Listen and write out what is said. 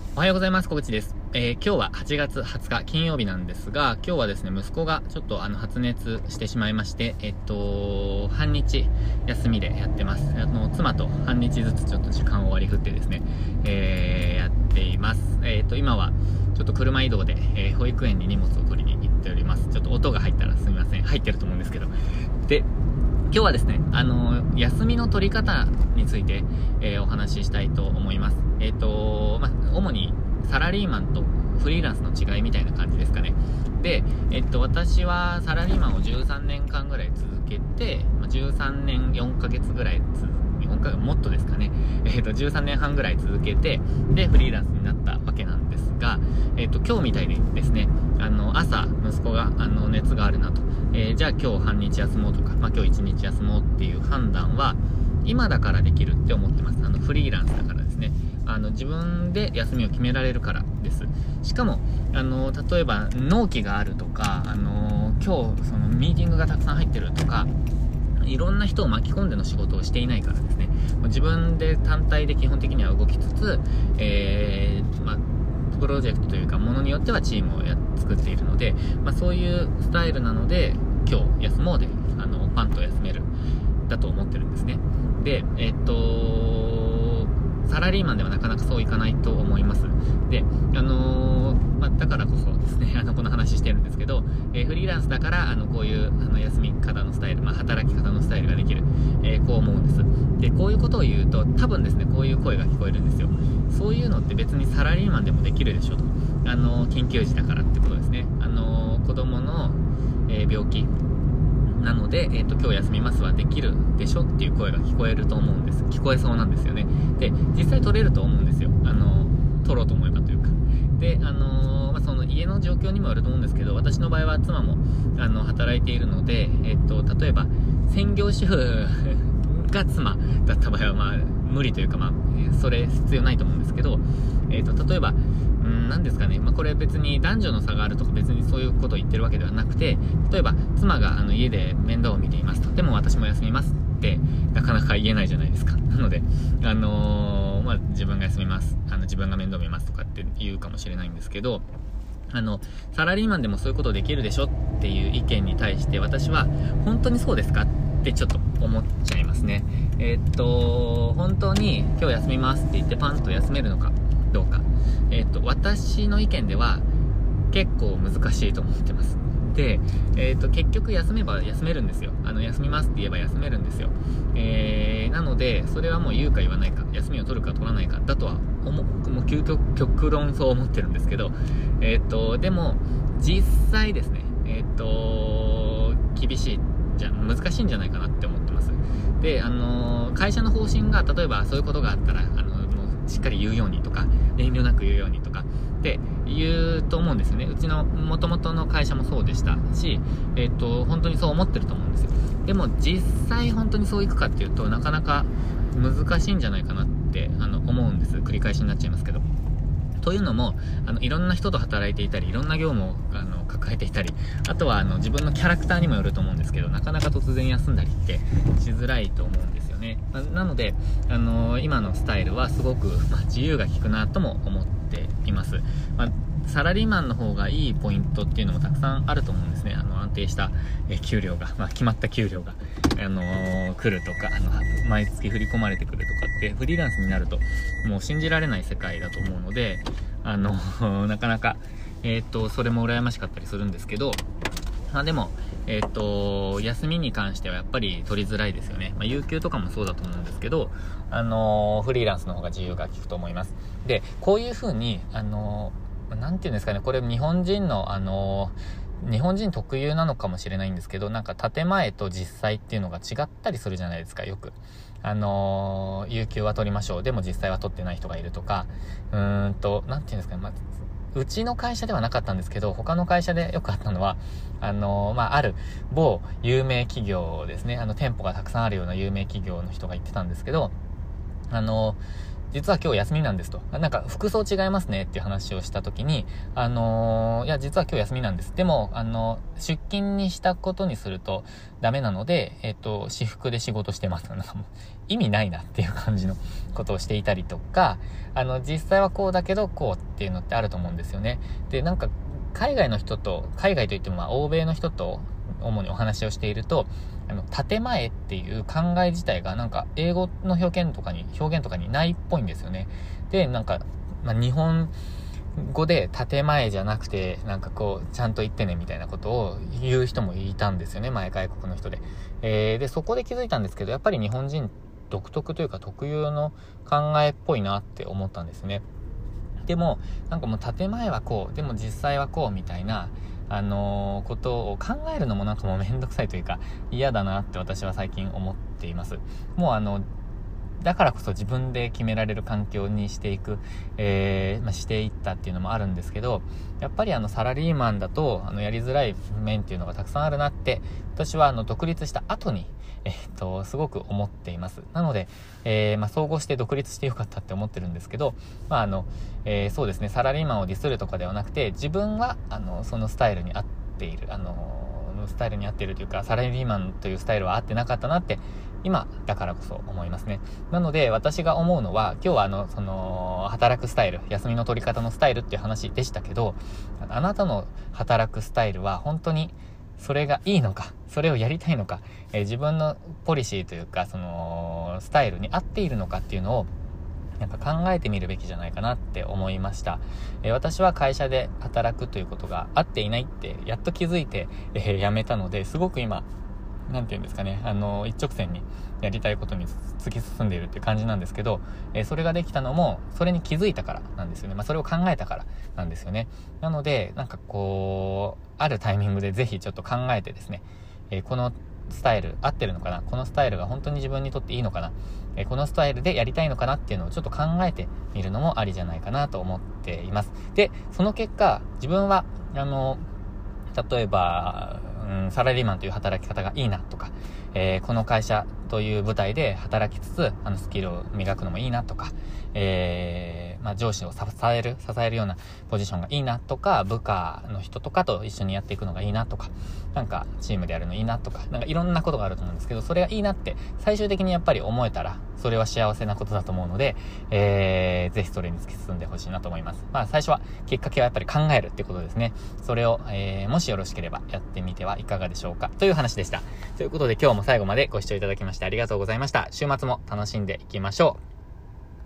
おはようございます。小口です。今日は8月20日金曜日なんですが、今日はですね、息子がちょっと発熱してしまいまして、半日休みでやってます。妻と半日ずつちょっと時間を割り振ってですね、やっています。今はちょっと車移動で、保育園に荷物を取りに行っております。ちょっと音が入ったらすみません。入ってると思うんですけど。で、今日はですね、休みの取り方について、お話ししたいと思います。主にサラリーマンとフリーランスの違いみたいな感じですかね。で、私はサラリーマンを13年間ぐらい続けて、13年4ヶ月ぐらい4ヶ月もっとですかね。13年半ぐらい続けて、で、フリーランスになったわけなんですが、今日みたいにですね、朝、息子が、熱があるなと。じゃあ今日半日休もうとか、今日1日休もうっていう判断は、今だからできるって思ってます。フリーランスだからですね。自分で休みを決められるからです。しかも、例えば、納期があるとか、今日、そのミーティングがたくさん入ってるとか、いろんな人を巻き込んでの仕事をしていないからですね。自分で単体で基本的には動きつつ、プロジェクトというか、ものによってはチームを作っているので、そういうスタイルなので、今日休もうで、パンと休める、だと思ってるんですね。で、サラリーマンではなかなかそういかないと思います。で、だからこそですね、この話してるんですけど、フリーランスだから、こういう、休み方のスタイル、働き方のスタイルができる、こう思うんです。で、こういうことを言うと、多分ですね、こういう声が聞こえるんですよ。そういうのって別にサラリーマンでもできるでしょと。緊急時だからってことですね。子供の、病気。なので、今日休みますはできるでしょっていう声が聞こえると思うんです。聞こえそうなんですよね。で、実際取れると思うんですよ。取ろうと思えばというか。で、その家の状況にもよると思うんですけど、私の場合は妻も、働いているので、例えば、専業主婦が妻だった場合は、無理というか、それ必要ないと思うんですけど、例えば、何ですかね、これ別に男女の差があるとか別にそういうことを言ってるわけではなくて、例えば妻が家で面倒を見ていますと、でも私も休みますってなかなか言えないじゃないですか。なので、自分が休みます、自分が面倒見ますとかって言うかもしれないんですけど、サラリーマンでもそういうことできるでしょっていう意見に対して私は本当にそうですかってちょっと思っちゃいますね。本当に今日休みますって言ってパンと休めるのかどうか。私の意見では結構難しいと思ってます。で、結局休めば休めるんですよ。休みますって言えば休めるんですよ。なので、それはもう言うか言わないか、休みを取るか取らないかだとはもう極論そう思ってるんですけど、でも、実際ですね、厳しい難しいんじゃないかなって思ってます。で、会社の方針が、例えばそういうことがあったら、もうしっかり言うようにとか、遠慮なく言うようにとかって言うと思うんですよね。うちの元々の会社もそうでしたし、本当にそう思ってると思うんですよ。でも実際本当にそういくかっていうと、なかなか難しいんじゃないかなって思うんです。繰り返しになっちゃいますけど。というのも、いろんな人と働いていたり、いろんな業務を抱えていたり、あとは自分のキャラクターにもよると思うんですけど、なかなか突然休んだりってしづらいと思うんですよね。なので、今のスタイルはすごく、自由が利くなとも思っています。サラリーマンの方がいいポイントっていうのもたくさんあると思うんですね。安定した給料が、決まった給料が、来るとか、毎月振り込まれてくるとかって、フリーランスになると、もう信じられない世界だと思うので、なかなか、それも羨ましかったりするんですけど、でも、休みに関してはやっぱり取りづらいですよね。有給とかもそうだと思うんですけど、フリーランスの方が自由が利くと思います。で、こういう風に、なんていうんですかね、これ日本人特有なのかもしれないんですけど、建前と実際っていうのが違ったりするじゃないですか、よく。有給は取りましょう。でも実際は取ってない人がいるとか、なんていうんですかね、うちの会社ではなかったんですけど、他の会社でよくあったのは、ある某有名企業ですね、店舗がたくさんあるような有名企業の人が言ってたんですけど、 実は今日休みなんですと。なんか服装違いますねっていう話をしたときに、いや、実は今日休みなんです。でも、出勤にしたことにするとダメなので、私服で仕事してます。なんかもう意味ないなっていう感じのことをしていたりとか、実際はこうだけどこうっていうのってあると思うんですよね。で、なんか海外といっても欧米の人と主にお話をしていると、建前っていう考え自体がなんか英語の表現とかにないっぽいんですよね。で、なんか、日本語で建前じゃなくて、なんかこう、ちゃんと言ってねみたいなことを言う人もいたんですよね、外国の人で。で、そこで気づいたんですけど、やっぱり日本人独特というか特有の考えっぽいなって思ったんですね。でも、なんかもう建前はこう、でも実際はこうみたいな、ことを考えるのもなんかもうめんどくさいというか嫌だなって私は最近思っています。もうだからこそ自分で決められる環境にしていく、していったっていうのもあるんですけど、やっぱりサラリーマンだとやりづらい面っていうのがたくさんあるなって私は独立した後にすごく思っています。なので、総合して独立してよかったって思ってるんですけど、そうですね、サラリーマンをディスるとかではなくて、自分はそのスタイルに合っている、スタイルに合っているというか、サラリーマンというスタイルは合ってなかったなって今だからこそ思いますね。なので私が思うのは、今日はその働くスタイル、休みの取り方のスタイルっていう話でしたけど、あなたの働くスタイルは本当にそれがいいのか、それをやりたいのか、自分のポリシーというかそのスタイルに合っているのかっていうのをなんか考えてみるべきじゃないかなって思いました。私は会社で働くということが合っていないってやっと気づいて、辞めたので、すごく今なんていうんですかね、一直線にやりたいことに突き進んでいるっていう感じなんですけど、それができたのもそれに気づいたからなんですよね。それを考えたからなんですよね。なのでなんかこうあるタイミングでぜひちょっと考えてですね、このスタイル合ってるのかな、このスタイルが本当に自分にとっていいのかな、このスタイルでやりたいのかなっていうのをちょっと考えてみるのもありじゃないかなと思っています。で、その結果自分は例えばサラリーマンという働き方がいいなとか、この会社という舞台で働きつつスキルを磨くのもいいなとか、上司を支えるようなポジションがいいなとか、部下の人とかと一緒にやっていくのがいいなとか、なんかチームでやるのいいなとか、なんかいろんなことがあると思うんですけど、それがいいなって最終的にやっぱり思えたらそれは幸せなことだと思うので、ぜひそれに突き進んでほしいなと思います。最初はきっかけはやっぱり考えるってことですね。それを、もしよろしければやってみてはいかがでしょうかという話でした。ということで今日も最後までご視聴いただきましてありがとうございました。週末も楽しんでいきましょう。